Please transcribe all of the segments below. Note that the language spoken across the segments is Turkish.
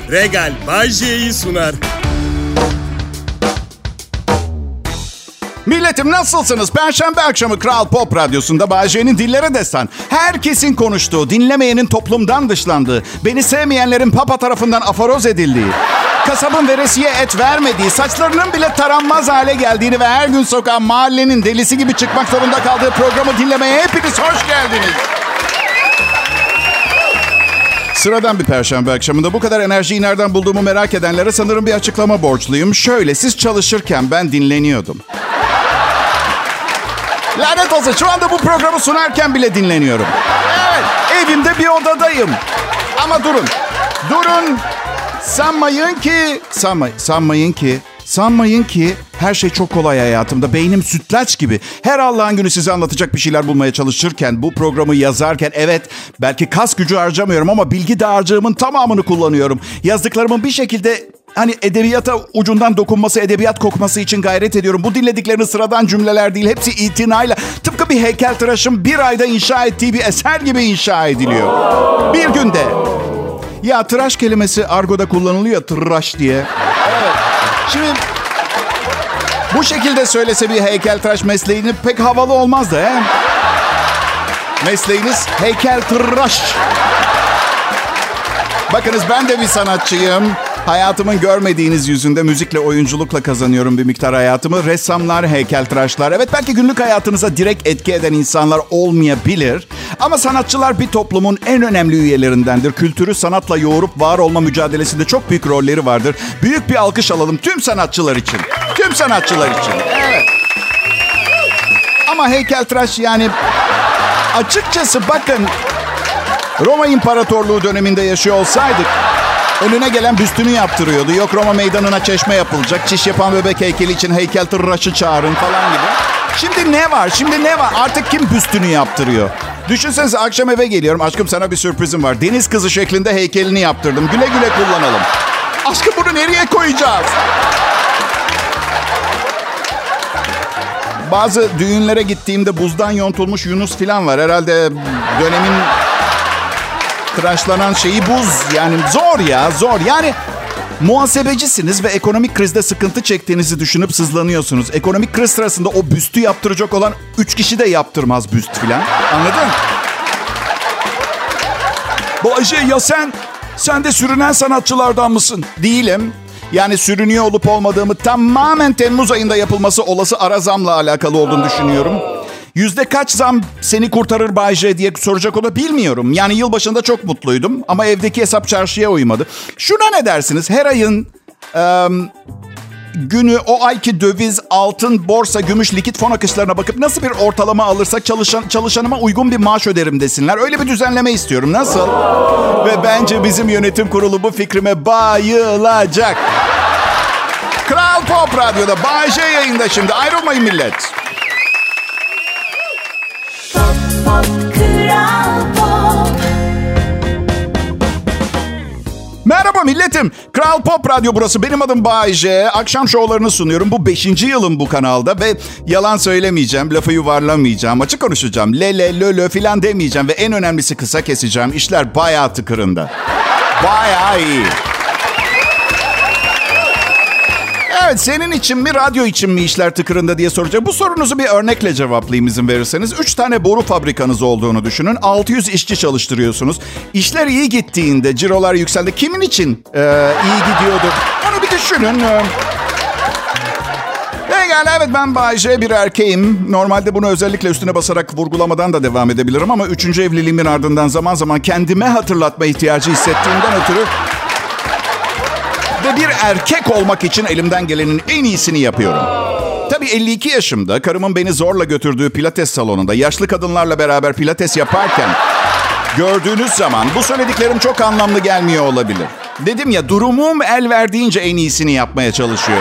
Regal Bajje'yi sunar. Milletim nasılsınız? Perşembe akşamı Kral Pop Radyosu'nda Bajje'nin dillere destan. Herkesin konuştuğu, dinlemeyenin toplumdan dışlandığı, beni sevmeyenlerin papa tarafından aforoz edildiği, kasabın veresiye et vermediği, saçlarının bile taranmaz hale geldiğini ve her gün sokağa mahallenin delisi gibi çıkmak zorunda kaldığı programı dinlemeye hepiniz hoş geldiniz. Sıradan bir perşembe akşamında bu kadar enerjiyi nereden bulduğumu merak edenlere sanırım bir açıklama borçluyum. Şöyle, siz çalışırken ben dinleniyordum. Lanet olsun, şu anda bu programı sunarken bile dinleniyorum. Evet, evimde bir odadayım. Ama durun. Sanmayın ki her şey çok kolay hayatımda. Beynim sütlaç gibi. Her Allah'ın günü size anlatacak bir şeyler bulmaya çalışırken, bu programı yazarken, evet belki kas gücü harcamıyorum ama bilgi dağarcığımın tamamını kullanıyorum. Yazdıklarımın bir şekilde edebiyata ucundan dokunması, edebiyat kokması için gayret ediyorum. Bu dinledikleriniz sıradan cümleler değil. Hepsi itinayla, tıpkı bir heykeltıraşın bir ayda inşa ettiği bir eser gibi inşa ediliyor. Bir günde. Ya tıraş kelimesi argoda kullanılıyor, tıraş diye. Evet. Şimdi bu şekilde söylese bir heykeltıraş mesleğini pek havalı olmaz da he? Mesleğiniz heykeltıraş. Bakınız, ben de bir sanatçıyım. Hayatımın görmediğiniz yüzünde müzikle, oyunculukla kazanıyorum bir miktar hayatımı. Ressamlar, heykeltıraşlar. Evet, belki günlük hayatınıza direkt etki eden insanlar olmayabilir. Ama sanatçılar bir toplumun en önemli üyelerindendir. Kültürü sanatla yoğurup var olma mücadelesinde çok büyük rolleri vardır. Büyük bir alkış alalım tüm sanatçılar için. Tüm sanatçılar için. Evet. Ama heykeltıraş açıkçası bakın, Roma İmparatorluğu döneminde yaşıyor olsaydık önüne gelen büstünü yaptırıyordu. Yok, Roma meydanına çeşme yapılacak, çiş yapan bebek heykeli için heykeltıraşı çağırın falan gibi. Şimdi ne var? Artık kim büstünü yaptırıyor? Düşünsenize, akşam eve geliyorum. Aşkım, sana bir sürprizim var. Deniz kızı şeklinde heykelini yaptırdım. Güle güle kullanalım. Aşkım, bunu nereye koyacağız? Bazı düğünlere gittiğimde buzdan yontulmuş Yunus falan var. Herhalde dönemin tıraşlanan şeyi buz. Zor. Muhasebecisiniz ve ekonomik krizde sıkıntı çektiğinizi düşünüp sızlanıyorsunuz. Ekonomik kriz sırasında o büstü yaptıracak olan 3 kişi de yaptırmaz büst filan. Anladın? Bu Ayşe, ya sen de sürünen sanatçılardan mısın? Değilim. Sürünüyor olup olmadığımı tamamen Temmuz ayında yapılması olası ara zamla alakalı olduğunu düşünüyorum. Kaç zam seni kurtarır Bay J diye soracak o da bilmiyorum. Yılbaşında çok mutluydum ama evdeki hesap çarşıya uymadı. Şuna ne dersiniz? Her ayın günü, o ayki döviz, altın, borsa, gümüş, likit fon akışlarına bakıp nasıl bir ortalama alırsak çalışanıma uygun bir maaş öderim desinler. Öyle bir düzenleme istiyorum. Nasıl? Ve bence bizim yönetim kurulu bu fikrime bayılacak. Kral Pop Radyo'da Bay J yayında şimdi. Ayrılmayın millet. Merhaba milletim. Kral Pop Radyo burası. Benim adım Bay J. Akşam şovlarını sunuyorum. Bu 5. yılım bu kanalda ve yalan söylemeyeceğim, lafı yuvarlamayacağım, açık konuşacağım. Lö filan demeyeceğim ve en önemlisi kısa keseceğim. İşler bayağı tıkırında. Bayağı iyi. Evet, senin için mi, radyo için mi işler tıkırında diye soracağım. Bu sorunuzu bir örnekle cevaplayayım izin verirseniz. 3 tane boru fabrikanız olduğunu düşünün. 600 işçi çalıştırıyorsunuz. İşler iyi gittiğinde, cirolar yükseldi. Kimin için iyi gidiyordu? Onu bir düşünün. Evet, ben Bay J, bir erkeğim. Normalde bunu özellikle üstüne basarak vurgulamadan da devam edebilirim. Ama 3. evliliğimin ardından zaman zaman kendime hatırlatma ihtiyacı hissettiğimden ötürü ve bir erkek olmak için elimden gelenin en iyisini yapıyorum. Tabii 52 yaşımda karımın beni zorla götürdüğü pilates salonunda yaşlı kadınlarla beraber pilates yaparken gördüğünüz zaman bu söylediklerim çok anlamlı gelmiyor olabilir. Dedim ya, durumum el verdiğince en iyisini yapmaya çalışıyorum.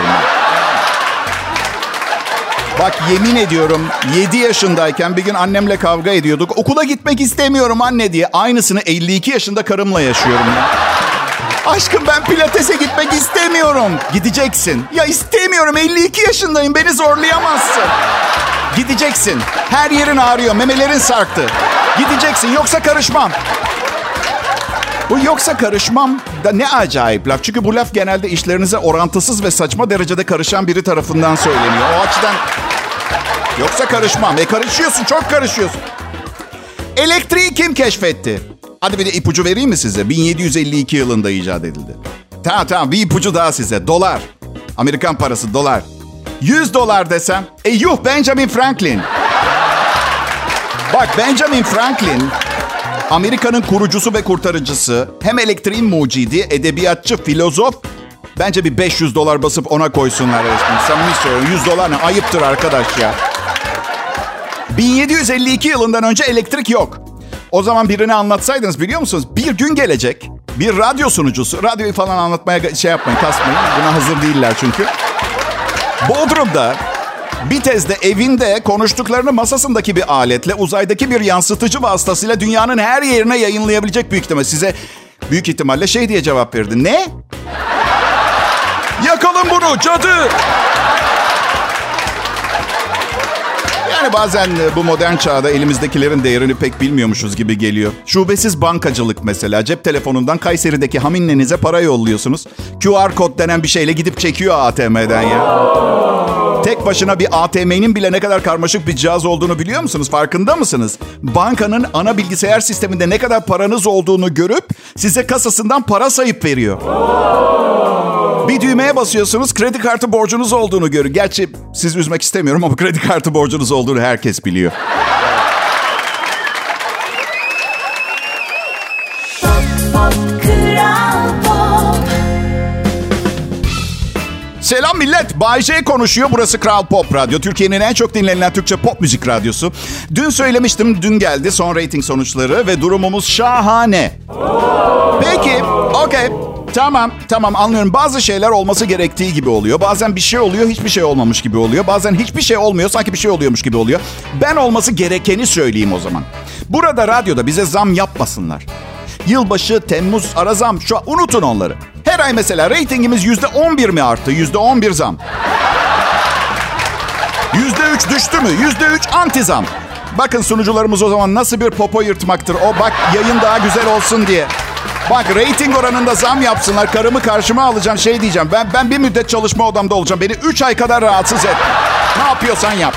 Bak, yemin ediyorum 7 yaşındayken bir gün annemle kavga ediyorduk. Okula gitmek istemiyorum anne diye. Aynısını 52 yaşında karımla yaşıyorum ya. Aşkım, ben pilatese gitmek istemiyorum. Gideceksin. Ya istemiyorum, 52 yaşındayım, beni zorlayamazsın. Gideceksin. Her yerin ağrıyor, memelerin sarktı. Gideceksin, yoksa karışmam. Bu yoksa karışmam da ne acayip laf. Çünkü bu laf genelde işlerinize orantısız ve saçma derecede karışan biri tarafından söyleniyor. O açıdan yoksa karışmam. Karışıyorsun, çok karışıyorsun. Elektriği kim keşfetti? Hadi bir de ipucu vereyim mi size? 1752 yılında icat edildi. Tamam bir ipucu daha size. Dolar. Amerikan parası dolar. $100 desem. Yuh, Benjamin Franklin. Bak, Benjamin Franklin Amerika'nın kurucusu ve kurtarıcısı. Hem elektriğin mucidi, edebiyatçı, filozof. Bence bir $500 basıp ona koysunlar resmen. Samimi söylüyorum. $100 ne? Ayıptır arkadaş ya. 1752 yılından önce elektrik yok. O zaman birine anlatsaydınız, biliyor musunuz? Bir gün gelecek, bir radyo sunucusu, radyoyu falan anlatmaya yapmayın, kasmayın. Buna hazır değiller çünkü. Bodrum'da, Bitez'de, evinde konuştuklarını masasındaki bir aletle, uzaydaki bir yansıtıcı vasıtasıyla dünyanın her yerine yayınlayabilecek büyük ihtimalle. Size büyük ihtimalle şey diye cevap verdi. Ne? Yakalın bunu cadı! Yani bazen bu modern çağda elimizdekilerin değerini pek bilmiyormuşuz gibi geliyor. Şubesiz bankacılık mesela. Cep telefonundan Kayseri'deki haminnenize para yolluyorsunuz. QR kod denen bir şeyle gidip çekiyor ATM'den ya. Tek başına bir ATM'nin bile ne kadar karmaşık bir cihaz olduğunu biliyor musunuz? Farkında mısınız? Bankanın ana bilgisayar sisteminde ne kadar paranız olduğunu görüp size kasasından para sayıp veriyor. Bir düğmeye basıyorsunuz, kredi kartı borcunuz olduğunu görüyor. Gerçi sizi üzmek istemiyorum ama kredi kartı borcunuz olduğunu herkes biliyor. Selam millet. Bay J konuşuyor. Burası Kral Pop Radyo. Türkiye'nin en çok dinlenilen Türkçe pop müzik radyosu. Dün söylemiştim. Dün geldi son reyting sonuçları ve durumumuz şahane. Peki. Okey. Tamam anlıyorum. Bazı şeyler olması gerektiği gibi oluyor. Bazen bir şey oluyor, hiçbir şey olmamış gibi oluyor. Bazen hiçbir şey olmuyor, sanki bir şey oluyormuş gibi oluyor. Ben olması gerekeni söyleyeyim o zaman. Burada radyoda bize zam yapmasınlar. Yılbaşı, Temmuz, ara zam. Unutun onları. Her ay mesela reytingimiz %11 mi arttı? %11 zam. %3 düştü mü? %3 anti zam. Bakın sunucularımız o zaman nasıl bir popo yırtmaktır. O bak, yayın daha güzel olsun diye. Bak, reyting oranında zam yapsınlar. Karımı karşıma alacağım, şey diyeceğim. Ben bir müddet çalışma odamda olacağım. Beni 3 ay kadar rahatsız et. Ne yapıyorsan yap.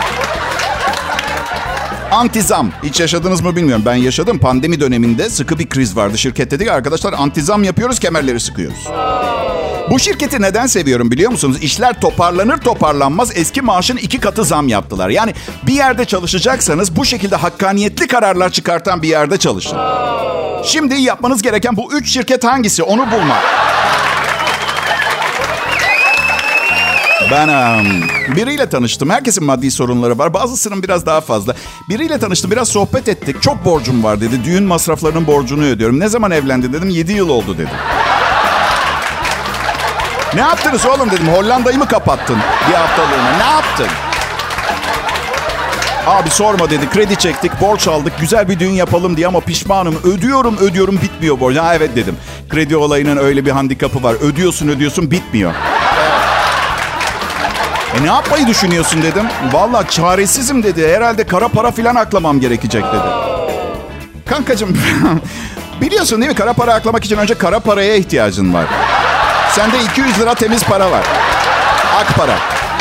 Antizam. Hiç yaşadınız mı bilmiyorum. Ben yaşadım. Pandemi döneminde sıkı bir kriz vardı. Şirket dedi ki arkadaşlar antizam yapıyoruz, kemerleri sıkıyoruz. Bu şirketi neden seviyorum biliyor musunuz? İşler toparlanır toparlanmaz eski maaşın 2 katı zam yaptılar. Yani bir yerde çalışacaksanız bu şekilde hakkaniyetli kararlar çıkartan bir yerde çalışın. Şimdi yapmanız gereken bu 3 şirket hangisi? Onu bulmak. Ben biriyle tanıştım. Herkesin maddi sorunları var. Bazısının biraz daha fazla. Biriyle tanıştım. Biraz sohbet ettik. Çok borcum var dedi. Düğün masraflarının borcunu ödüyorum. Ne zaman evlendi dedim. 7 yıl oldu dedi. Ne yaptınız oğlum dedim. Hollanda'yı mı kapattın bir haftalığına? Ne yaptın? Abi sorma dedi. Kredi çektik, borç aldık. Güzel bir düğün yapalım diye ama pişmanım. Ödüyorum bitmiyor borç. Ha evet dedim. Kredi olayının öyle bir handikapı var. Ödüyorsun bitmiyor. Ne yapmayı düşünüyorsun dedim. Vallahi çaresizim dedi. Herhalde kara para filan aklamam gerekecek dedi. Kankacığım biliyorsun değil mi? Kara para aklamak için önce kara paraya ihtiyacın var. Sende 200 lira temiz para var. Ak para.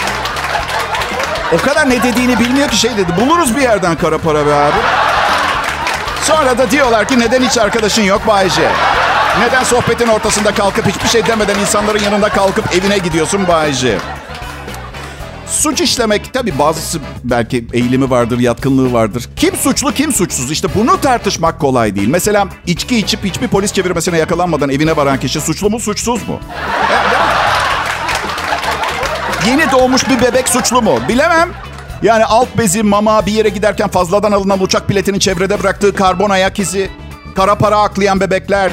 O kadar ne dediğini bilmiyor ki şey dedi. Buluruz bir yerden kara para be abi. Sonra da diyorlar ki neden hiç arkadaşın yok Bayce? Neden sohbetin ortasında kalkıp hiçbir şey demeden insanların yanında kalkıp evine gidiyorsun Bayce? Suç işlemek tabii bazısı belki eğilimi vardır, yatkınlığı vardır. Kim suçlu, kim suçsuz? İşte bunu tartışmak kolay değil. Mesela içki içip hiçbir polis çevirmesine yakalanmadan evine varan kişi suçlu mu, suçsuz mu? Yeni doğmuş bir bebek suçlu mu? Bilemem. Yani alt bezi, mama, bir yere giderken fazladan alınan uçak biletinin çevrede bıraktığı karbon ayak izi, kara para aklayan bebekler.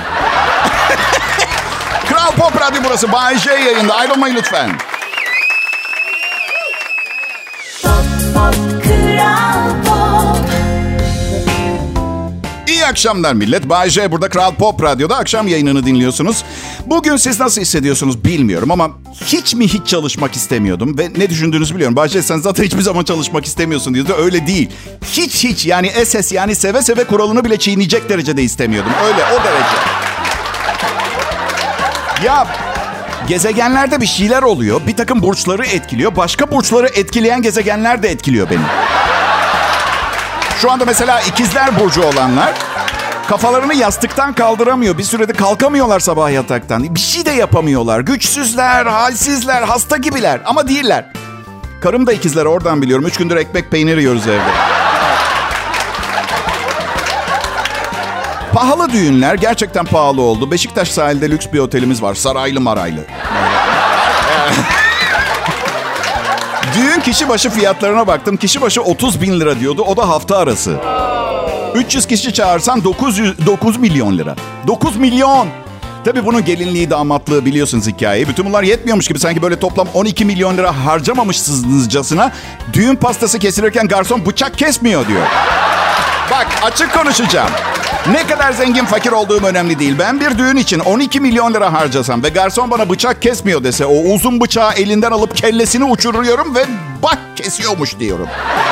Kral Pop Radyo burası. Bay J yayında. Ayrılmayın lütfen. İyi akşamlar millet. Bay J burada, Kral Pop Radyo'da akşam yayınını dinliyorsunuz. Bugün siz nasıl hissediyorsunuz bilmiyorum ama hiç çalışmak istemiyordum. Ve ne düşündüğünüzü biliyorum. Bay J, sen zaten hiçbir zaman çalışmak istemiyorsun diyordu. Öyle değil. Hiç yani SS, yani seve seve kuralını bile çiğneyecek derecede istemiyordum. Öyle, o derece. Ya gezegenlerde bir şeyler oluyor. Bir takım burçları etkiliyor. Başka burçları etkileyen gezegenler de etkiliyor beni. Şu anda mesela ikizler burcu olanlar kafalarını yastıktan kaldıramıyor. Bir sürede kalkamıyorlar sabah yataktan. Bir şey de yapamıyorlar. Güçsüzler, halsizler, hasta gibiler ama değiller. Karım da ikizler, oradan biliyorum. 3 gündür ekmek peynir yiyoruz evde. Pahalı düğünler gerçekten pahalı oldu. Beşiktaş sahilde lüks bir otelimiz var. Saraylı maraylı. Düğün kişi başı fiyatlarına baktım. Kişi başı 30 bin lira diyordu. O da hafta arası. 300 kişi çağırsan 9 milyon lira. 9 milyon. Tabii bunun gelinliği, damatlığı, biliyorsunuz hikayeyi. Bütün bunlar yetmiyormuş gibi sanki böyle toplam 12 milyon lira harcamamışsınızcasına düğün pastası kesilirken garson bıçak kesmiyor diyor. Bak, açık konuşacağım. Ne kadar zengin fakir olduğum önemli değil. Ben bir düğün için 12 milyon lira harcasam ve garson bana bıçak kesmiyor dese, o uzun bıçağı elinden alıp kellesini uçuruyorum ve bak kesiyormuş diyorum.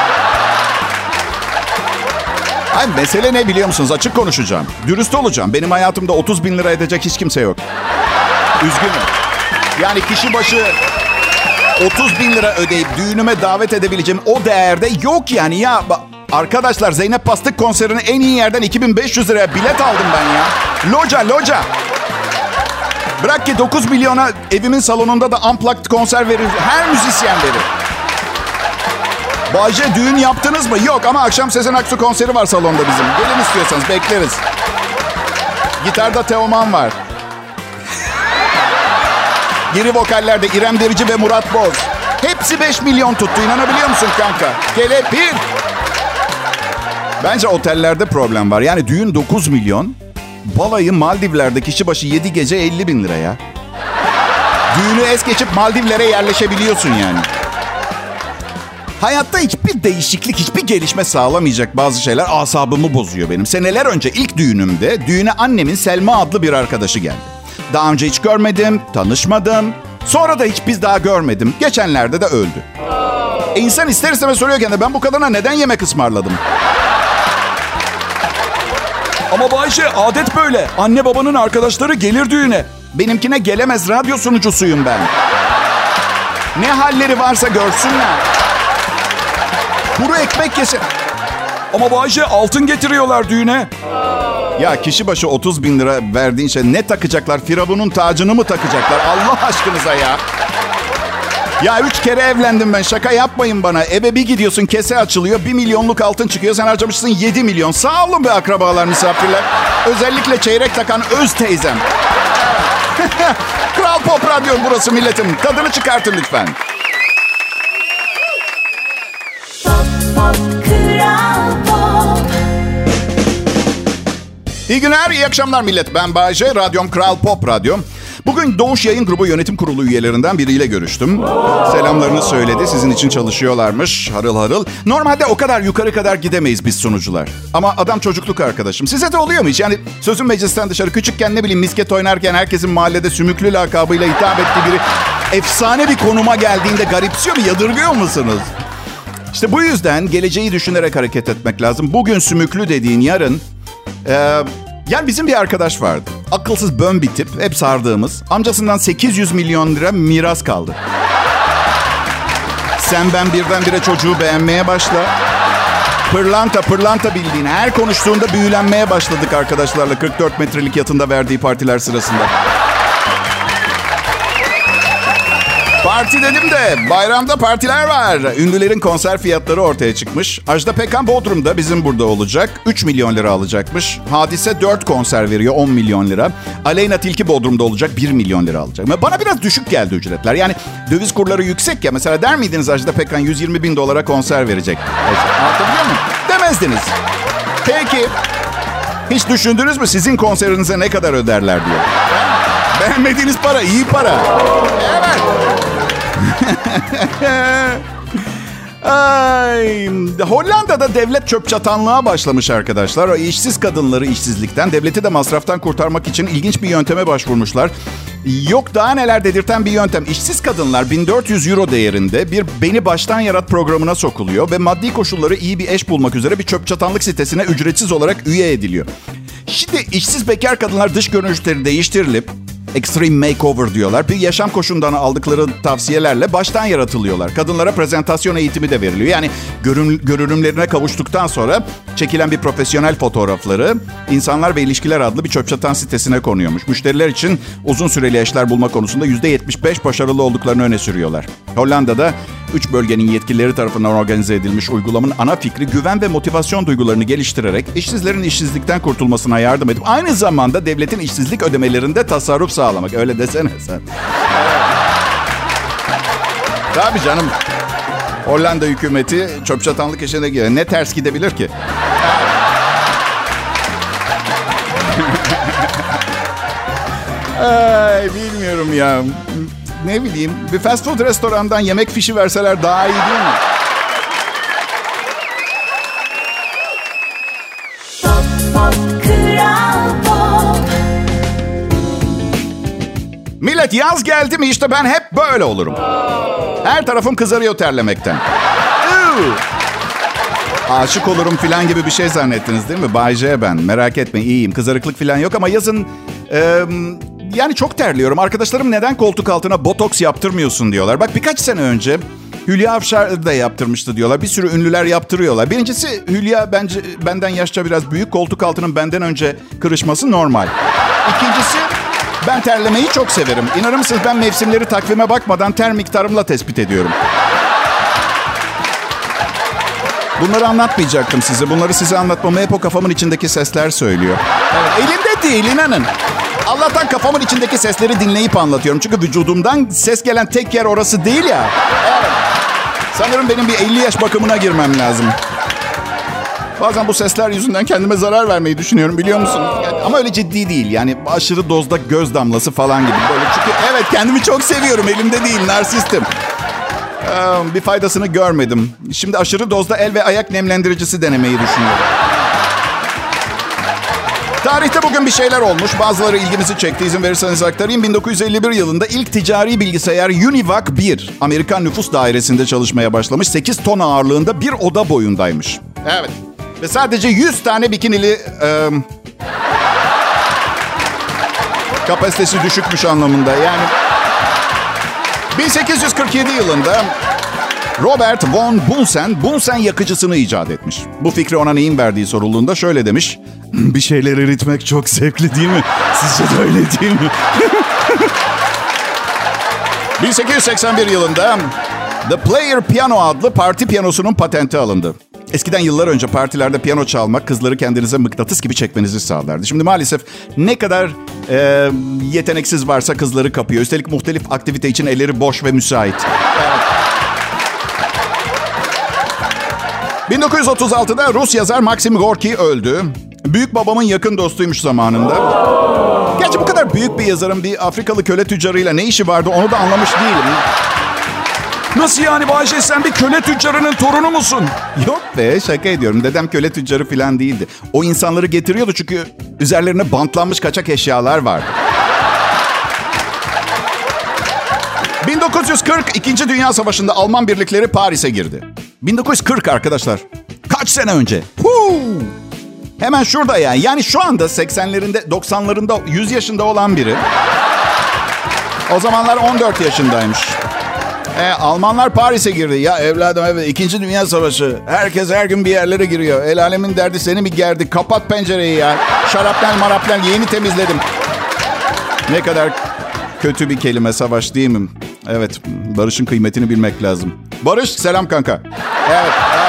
Hayır, mesele ne biliyor musunuz? Açık konuşacağım. Dürüst olacağım. Benim hayatımda 30 bin lira edecek hiç kimse yok. Üzgünüm. Yani kişi başı 30 bin lira ödeyip düğünüme davet edebileceğim o değerde yok yani. Ya arkadaşlar, Zeynep Bastık konserine en iyi yerden 2500 liraya bilet aldım ben ya. Loca. Bırak ki 9 milyona evimin salonunda da unplugged konser verir. Her müzisyen verir. Bayce, düğün yaptınız mı? Yok ama akşam Sezen Aksu konseri var salonda bizim. Gelin istiyorsanız, bekleriz. Gitarda Teoman var. Geri vokallerde İrem Derici ve Murat Boz. Hepsi 5 milyon tuttu. İnanabiliyor musun kanka? Kelepir. Bence otellerde problem var. Yani düğün 9 milyon. Balayı Maldivler'de kişi başı 7 gece 50 bin lira ya. Düğünü es geçip Maldivlere yerleşebiliyorsun yani. Hayatta hiçbir değişiklik, hiçbir gelişme sağlamayacak bazı şeyler asabımı bozuyor benim. Seneler önce ilk düğünümde düğüne annemin Selma adlı bir arkadaşı geldi. Daha önce hiç görmedim, tanışmadım. Sonra da hiç biz daha görmedim. Geçenlerde de öldü. İnsan ister istemez soruyor kendine, ben bu kadına neden yemek ısmarladım? Ama Bayşe, adet böyle. Anne babanın arkadaşları gelir düğüne. Benimkine gelemez, radyo sunucusuyum ben. Ne halleri varsa görsünler. Kuru ekmek yesin. Ama Bayşe, altın getiriyorlar düğüne. Ya kişi başı 30 bin lira verdiğin şey ne takacaklar? Firavun'un tacını mı takacaklar? Allah aşkınıza ya. Ya 3 kere evlendim ben, şaka yapmayın bana. Eve bir gidiyorsun, kese açılıyor, 1 milyonluk altın çıkıyor. Sen harcamışsın 7 milyon. Sağ olun be akrabalar, misafirler. Özellikle çeyrek takan öz teyzem. Kral Pop Radyo burası milletim. Tadını çıkartın lütfen. İyi günler, iyi akşamlar millet. Ben Bay J, radyom Kral Pop Radyo. Bugün Doğuş Yayın Grubu yönetim kurulu üyelerinden biriyle görüştüm. Selamlarını söyledi, sizin için çalışıyorlarmış harıl harıl. Normalde o kadar yukarı kadar gidemeyiz biz sunucular. Ama adam çocukluk arkadaşım. Size de oluyor mu hiç? Yani sözün meclisten dışarı küçükken ne bileyim misket oynarken herkesin mahallede sümüklü lakabıyla hitap ettiği biri efsane bir konuma geldiğinde garipsiyor mu, yadırgıyor musunuz? İşte bu yüzden geleceği düşünerek hareket etmek lazım. Bugün sümüklü dediğin yarın... Yani bizim bir arkadaş vardı. Akılsız bön bir tip. Hep sardığımız. Amcasından 800 milyon lira miras kaldı. Sen ben birdenbire çocuğu beğenmeye başla. Pırlanta bildiğin. Her konuştuğunda büyülenmeye başladık arkadaşlarla. 44 metrelik yatında verdiği partiler sırasında. Parti dedim de bayramda partiler var. Ünlülerin konser fiyatları ortaya çıkmış. Ajda Pekkan Bodrum'da bizim burada olacak. 3 milyon lira alacakmış. Hadise 4 konser veriyor, 10 milyon lira. Aleyna Tilki Bodrum'da olacak, 1 milyon lira alacak. Bana biraz düşük geldi ücretler. Yani döviz kurları yüksek ya. Mesela der miydiniz Ajda Pekkan 120 bin dolara konser verecek? Anlatabiliyor muyum? Demezdiniz. Peki hiç düşündünüz mü sizin konserinize ne kadar öderler diye? Beğenmediğiniz para iyi para. Evet. Ay, Hollanda'da devlet çöp çatanlığa başlamış arkadaşlar. O işsiz kadınları işsizlikten, devleti de masraftan kurtarmak için ilginç bir yönteme başvurmuşlar. Yok daha neler dedirten bir yöntem. İşsiz kadınlar 1400 euro değerinde bir Beni Baştan Yarat programına sokuluyor ve maddi koşulları iyi bir eş bulmak üzere bir çöp çatanlık sitesine ücretsiz olarak üye ediliyor. Şimdi işsiz bekar kadınlar dış görünüşleri değiştirilip extreme makeover diyorlar. Bir yaşam koşulundan aldıkları tavsiyelerle baştan yaratılıyorlar. Kadınlara prezentasyon eğitimi de veriliyor. Yani görünümlerine kavuştuktan sonra çekilen bir profesyonel fotoğrafları İnsanlar ve İlişkiler adlı bir çöp çatan sitesine konuyormuş. Müşteriler için uzun süreli eşler bulma konusunda %75 başarılı olduklarını öne sürüyorlar. Hollanda'da 3 bölgenin yetkilileri tarafından organize edilmiş uygulamanın ana fikri güven ve motivasyon duygularını geliştirerek işsizlerin işsizlikten kurtulmasına yardım edip aynı zamanda devletin işsizlik ödemelerinde tasarruf sağlamak. Öyle desene sen. Tabii canım. Hollanda hükümeti çöp çatanlık işine giriyor. Ne ters gidebilir ki? Ay, bilmiyorum ya. Ne bileyim, bir fast food restorandan yemek fişi verseler daha iyi değil mi? Millet yaz geldi mi işte ben hep böyle olurum. Her tarafım kızarıyor terlemekten. Aşık olurum falan gibi bir şey zannettiniz değil mi? Bay J ben. Merak etmeyin iyiyim. Kızarıklık falan yok ama yazın... Yani çok terliyorum. Arkadaşlarım neden koltuk altına botoks yaptırmıyorsun diyorlar. Bak birkaç sene önce Hülya Avşar da yaptırmıştı diyorlar. Bir sürü ünlüler yaptırıyorlar. Birincisi Hülya bence benden yaşça biraz büyük. Koltuk altının benden önce kırışması normal. İkincisi ben terlemeyi çok severim. İnanır mısınız ben mevsimleri takvime bakmadan ter miktarımla tespit ediyorum. Bunları anlatmayacaktım size. Bunları size anlatmamı hep o kafamın içindeki sesler söylüyor. Evet, elimde değil inanın. Allah'tan kafamın içindeki sesleri dinleyip anlatıyorum. Çünkü vücudumdan ses gelen tek yer orası değil ya. Evet. Sanırım benim bir 50 yaş bakımına girmem lazım. Bazen bu sesler yüzünden kendime zarar vermeyi düşünüyorum biliyor musun? Yani, ama öyle ciddi değil. Yani aşırı dozda göz damlası falan gibi. Böyle çünkü evet kendimi çok seviyorum. Elimde değil, narsistim. Bir faydasını görmedim. Şimdi aşırı dozda el ve ayak nemlendiricisi denemeyi düşünüyorum. Tarihte bugün bir şeyler olmuş. Bazıları ilgimizi çekti. İzin verirseniz aktarayım. 1951 yılında ilk ticari bilgisayar Univac 1 Amerikan Nüfus Dairesi'nde çalışmaya başlamış. 8 ton ağırlığında bir oda boyundaymış. Evet. Ve sadece 100 tane bikinili... kapasitesi düşükmüş anlamında. Yani... 1847 yılında Robert von Bunsen yakıcısını icat etmiş. Bu fikri ona neyin verdiği sorulduğunda şöyle demiş. Bir şeyleri eritmek çok zevkli değil mi? Sizce de öyle değil mi? 1881 yılında The Player Piano adlı parti piyanosunun patenti alındı. Eskiden yıllar önce partilerde piyano çalmak kızları kendinize mıknatıs gibi çekmenizi sağlardı. Şimdi maalesef ne kadar yeteneksiz varsa kızları kapıyor. Üstelik muhtelif aktivite için elleri boş ve müsait. Evet. 1936'da Rus yazar Maxim Gorki öldü. Büyük babamın yakın dostuymuş zamanında. Gerçi bu kadar büyük bir yazarın bir Afrikalı köle tüccarıyla ne işi vardı onu da anlamış değilim. Nasıl yani Bayşe sen bir köle tüccarının torunu musun? Yok be şaka ediyorum. Dedem köle tüccarı falan değildi. O insanları getiriyordu çünkü üzerlerine bantlanmış kaçak eşyalar vardı. 1940 2. Dünya Savaşı'nda Alman birlikleri Paris'e girdi. 1940 arkadaşlar. Kaç sene önce? Hemen şurada yani. Yani şu anda 80'lerinde 90'larında 100 yaşında olan biri. O zamanlar 14 yaşındaymış. Almanlar Paris'e girdi. Ya evladım evet 2. Dünya Savaşı. Herkes her gün bir yerlere giriyor. El alemin derdi seni bir gerdi. Kapat pencereyi ya. Şarapnel marapnel yeni temizledim. Ne kadar kötü bir kelime savaş değil mi? Evet barışın kıymetini bilmek lazım. Barış selam kanka. Evet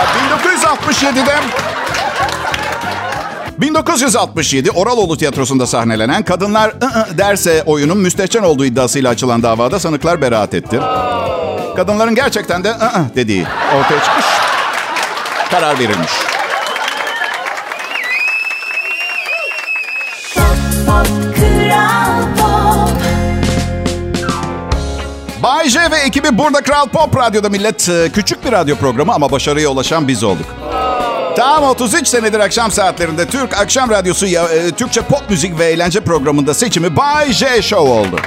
1967 Oraloğlu Tiyatrosu'nda sahnelenen Kadınlar derse oyunun müstehcen olduğu iddiasıyla açılan davada sanıklar beraat etti. Kadınların gerçekten de dediği ortaya çıkmış. Karar verilmiş. Bay J ve ekibi burada Kral Pop Radyo'da millet. Küçük bir radyo programı ama başarıya ulaşan biz olduk. Tam 33 senedir akşam saatlerinde Türk Akşam Radyosu Türkçe pop müzik ve eğlence programında seçimi Bay J Show oldu.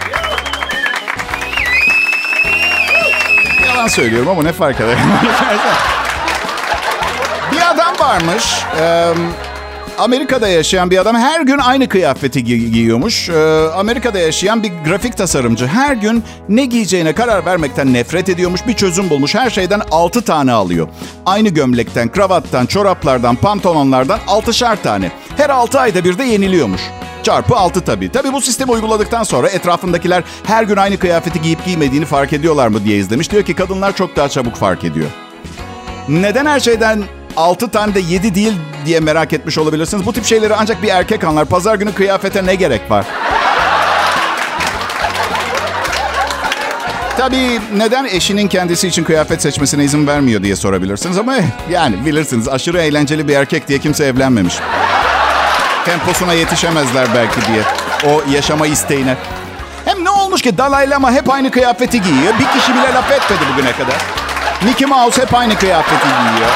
Yalan söylüyorum ama ne fark eder? Bir adam varmış. Amerika'da yaşayan bir adam her gün aynı kıyafeti giyiyormuş. Amerika'da yaşayan bir grafik tasarımcı her gün ne giyeceğine karar vermekten nefret ediyormuş. Bir çözüm bulmuş. Her şeyden 6 tane alıyor. Aynı gömlekten, kravattan, çoraplardan, pantolonlardan 6'şar tane. Her 6 ayda bir de yeniliyormuş. Çarpı 6 tabii. Tabii bu sistemi uyguladıktan sonra etrafındakiler her gün aynı kıyafeti giyip giymediğini fark ediyorlar mı diye izlemiş. Diyor ki kadınlar çok daha çabuk fark ediyor. Neden her şeyden 6 tane de 7 değil diye merak etmiş olabilirsiniz. Bu tip şeyleri ancak bir erkek anlar. Pazar günü kıyafete ne gerek var? Tabii neden eşinin kendisi için kıyafet seçmesine izin vermiyor diye sorabilirsiniz. Ama yani bilirsiniz aşırı eğlenceli bir erkek diye kimse evlenmemiş. Temposuna yetişemezler belki diye. O yaşama isteğine. Hem ne olmuş ki Dalai Lama hep aynı kıyafeti giyiyor. Bir kişi bile laf etmedi bugüne kadar. Mickey Mouse hep aynı kıyafeti giyiyor.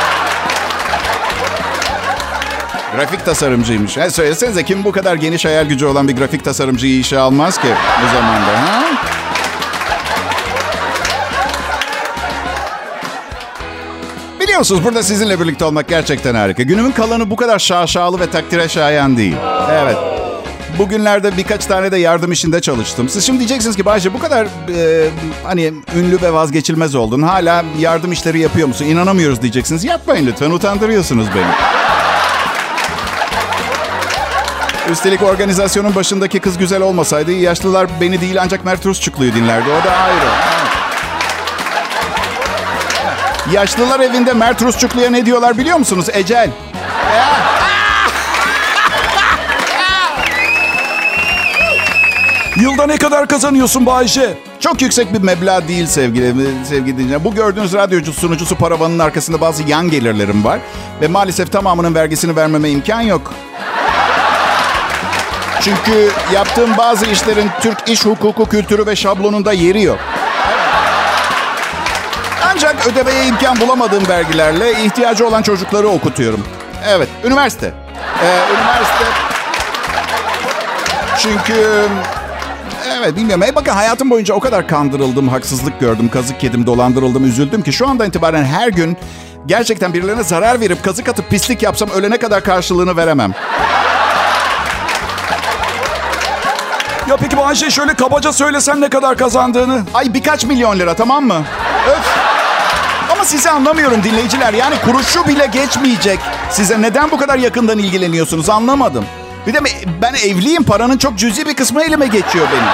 Grafik tasarımcıymış. Söylesenize kim bu kadar geniş hayal gücü olan bir grafik tasarımcıyı işe almaz ki bu zamanda? Ha? Biliyorsunuz burada sizinle birlikte olmak gerçekten harika. Günümün kalanı bu kadar şaşalı ve takdire şayan değil. Evet. Bugünlerde birkaç tane de yardım işinde çalıştım. Siz şimdi diyeceksiniz ki Bayce bu kadar hani ünlü ve vazgeçilmez oldun. Hala yardım işleri yapıyor musun? İnanamıyoruz diyeceksiniz. Yapmayın lütfen, utandırıyorsunuz beni. Üstelik organizasyonun başındaki kız güzel olmasaydı yaşlılar beni değil ancak Mert Rusçuklu'yu dinlerdi. O da ayrı. Yaşlılar evinde Mert Rusçuklu'ya ne diyorlar biliyor musunuz? Ecel. Yılda ne kadar kazanıyorsun Bayşe? Çok yüksek bir meblağ değil sevgili dinleyiciler. Bu gördüğünüz radyocu sunucusu paravanın arkasında bazı yan gelirlerim var. Ve maalesef tamamının vergisini vermeme imkan yok. Çünkü yaptığım bazı işlerin Türk iş hukuku kültürü ve şablonunda yeri yok. Ancak ödemeye imkan bulamadığım vergilerle ihtiyacı olan çocukları okutuyorum. Evet, üniversite. Üniversite. Çünkü... Evet, bilmiyorum. Bakın hayatım boyunca o kadar kandırıldım, haksızlık gördüm, kazık yedim, dolandırıldım, üzüldüm ki şu andan itibaren her gün gerçekten birilerine zarar verip kazık atıp pislik yapsam ölene kadar karşılığını veremem. Ya peki Bayşe şöyle kabaca söylesen ne kadar kazandığını? Ay birkaç milyon lira, tamam mı? Öf. Ama sizi anlamıyorum dinleyiciler. Yani kuruşu bile geçmeyecek. Size neden bu kadar yakından ilgileniyorsunuz anlamadım. Bir de ben evliyim. Paranın çok cüzi bir kısmı elime geçiyor benim.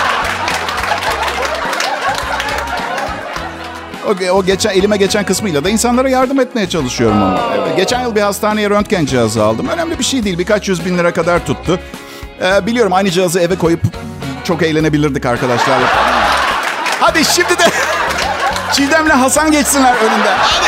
Elime geçen kısmıyla da insanlara yardım etmeye çalışıyorum ama. Evet, geçen yıl bir hastaneye röntgen cihazı aldım. Önemli bir şey değil. Birkaç 100.000 lira kadar tuttu. Biliyorum aynı cihazı eve koyup çok eğlenebilirdik arkadaşlarla. Hadi şimdi de Çiğdem'le Hasan geçsinler önünden. Hadi.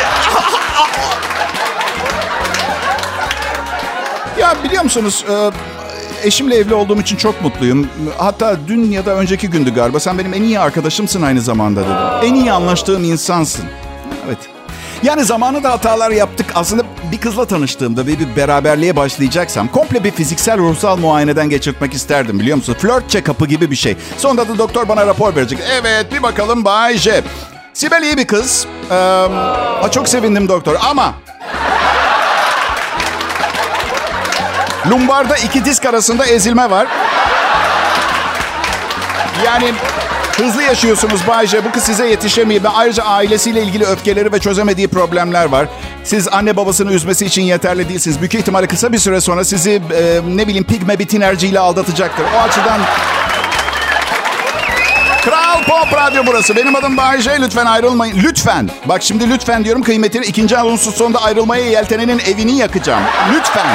Ya biliyor musunuz eşimle evli olduğum için çok mutluyum. Hatta dün ya da önceki gündü galiba. Sen benim en iyi arkadaşımsın aynı zamanda dedi. En iyi anlaştığım insansın. Evet. Yani zamanında hatalar yaptık. Aslında bir kızla tanıştığımda ve bir beraberliğe başlayacaksam komple bir fiziksel ruhsal muayeneden geçirtmek isterdim biliyor musun? Flört check-up'ı gibi bir şey. Sonra da doktor bana rapor verecek. Evet bir bakalım Bay J. Sibel iyi bir kız. Çok sevindim doktor ama... Lumbarda 2 disk arasında ezilme var. Yani hızlı yaşıyorsunuz Bay J. Bu kız size yetişemiyor. Ve ayrıca ailesiyle ilgili öfkeleri ve çözemediği problemler var. Siz anne babasını üzmesi için yeterli değilsiniz. Büyük ihtimalle kısa bir süre sonra sizi pigme bir tinerciyle aldatacaktır. O açıdan... Kral Pop Radyo burası. Benim adım Bay J. Lütfen ayrılmayın. Lütfen. Bak şimdi lütfen diyorum kıymetini. 2. anonsun sonunda ayrılmaya yeltenenin evini yakacağım. Lütfen.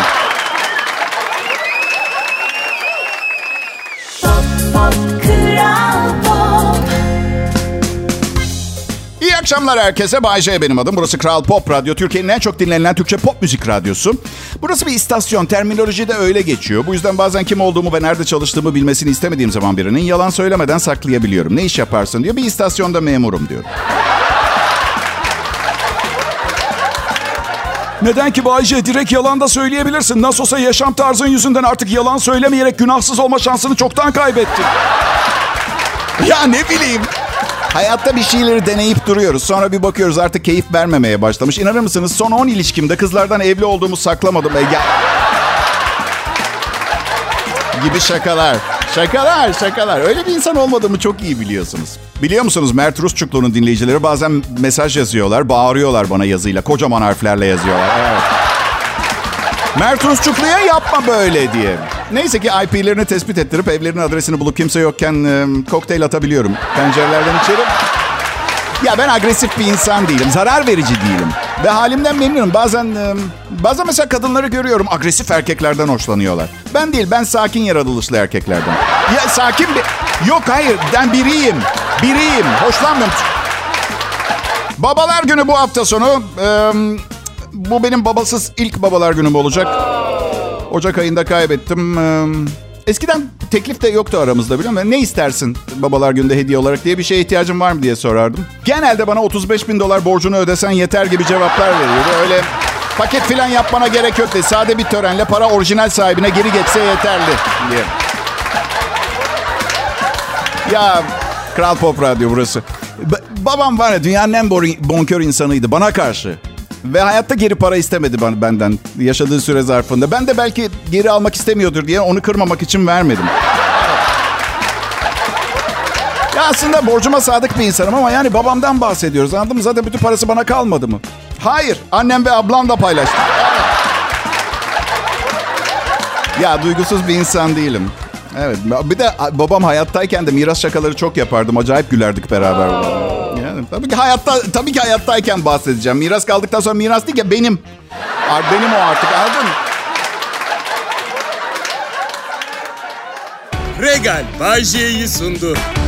akşamlar herkese. Bay J benim adım. Burası Kral Pop Radyo. Türkiye'nin en çok dinlenilen Türkçe pop müzik radyosu. Burası bir istasyon. Terminolojide öyle geçiyor. Bu yüzden bazen kim olduğumu ve nerede çalıştığımı bilmesini istemediğim zaman birinin yalan söylemeden saklayabiliyorum. Ne iş yaparsın diyor. Bir istasyonda memurum diyor. Neden ki Bay J? Direkt yalan da söyleyebilirsin. Nasıl olsa yaşam tarzın yüzünden artık yalan söylemeyerek günahsız olma şansını çoktan kaybettin. Ya ne bileyim. Hayatta bir şeyleri deneyip duruyoruz. Sonra bir bakıyoruz artık keyif vermemeye başlamış. İnanır mısınız? Son 10 ilişkimde kızlardan evli olduğumu saklamadım. Gibi şakalar. Şakalar. Öyle bir insan olmadığımı çok iyi biliyorsunuz. Biliyor musunuz Mert Rusçuklu'nun dinleyicileri bazen mesaj yazıyorlar. Bağırıyorlar bana yazıyla. Kocaman harflerle yazıyorlar. Evet. Mert Rusçuklu'ya yapma böyle diye. Neyse ki IP'lerini tespit ettirip evlerinin adresini bulup kimse yokken kokteyl atabiliyorum. Pencerelerden içeri. Ya ben agresif bir insan değilim. Zarar verici değilim. Ve halimden memnunum. Bazen mesela kadınları görüyorum. Agresif erkeklerden hoşlanıyorlar. Ben değil. Ben sakin yaratılışlı erkeklerden. Ya sakin bir... Yok hayır. Ben biriyim. Hoşlanmıyorum. Babalar günü bu hafta sonu. Bu benim babasız ilk babalar günüm olacak. Ocak ayında kaybettim. Eskiden teklif de yoktu aramızda biliyor musun? Ne istersin babalar günde hediye olarak diye bir şeye ihtiyacın var mı diye sorardım. Genelde bana $35.000 borcunu ödesen yeter gibi cevaplar veriyordu. Öyle paket falan yapmana gerek yok diye. Sade bir törenle para orijinal sahibine geri geçse yeterli diye. Ya Kral Pop Radyo burası. Babam var ya dünyanın en bonkör insanıydı bana karşı. Ve hayatta geri para istemedi benden yaşadığı süre zarfında. Ben de belki geri almak istemiyordur diye onu kırmamak için vermedim. Ya aslında borcuma sadık bir insanım ama yani babamdan bahsediyoruz. Anladın mı? Zaten bütün parası bana kalmadı mı? Hayır. Annem ve ablam da paylaştı. Ya duygusuz bir insan değilim. Evet. Bir de babam hayattayken de miras şakaları çok yapardım. Acayip gülerdik beraber. Yani tabii ki hayattayken bahsedeceğim. Miras kaldıktan sonra miras değil ya benim. Benim o artık anladın mı? Regal Bay J'yi sundu.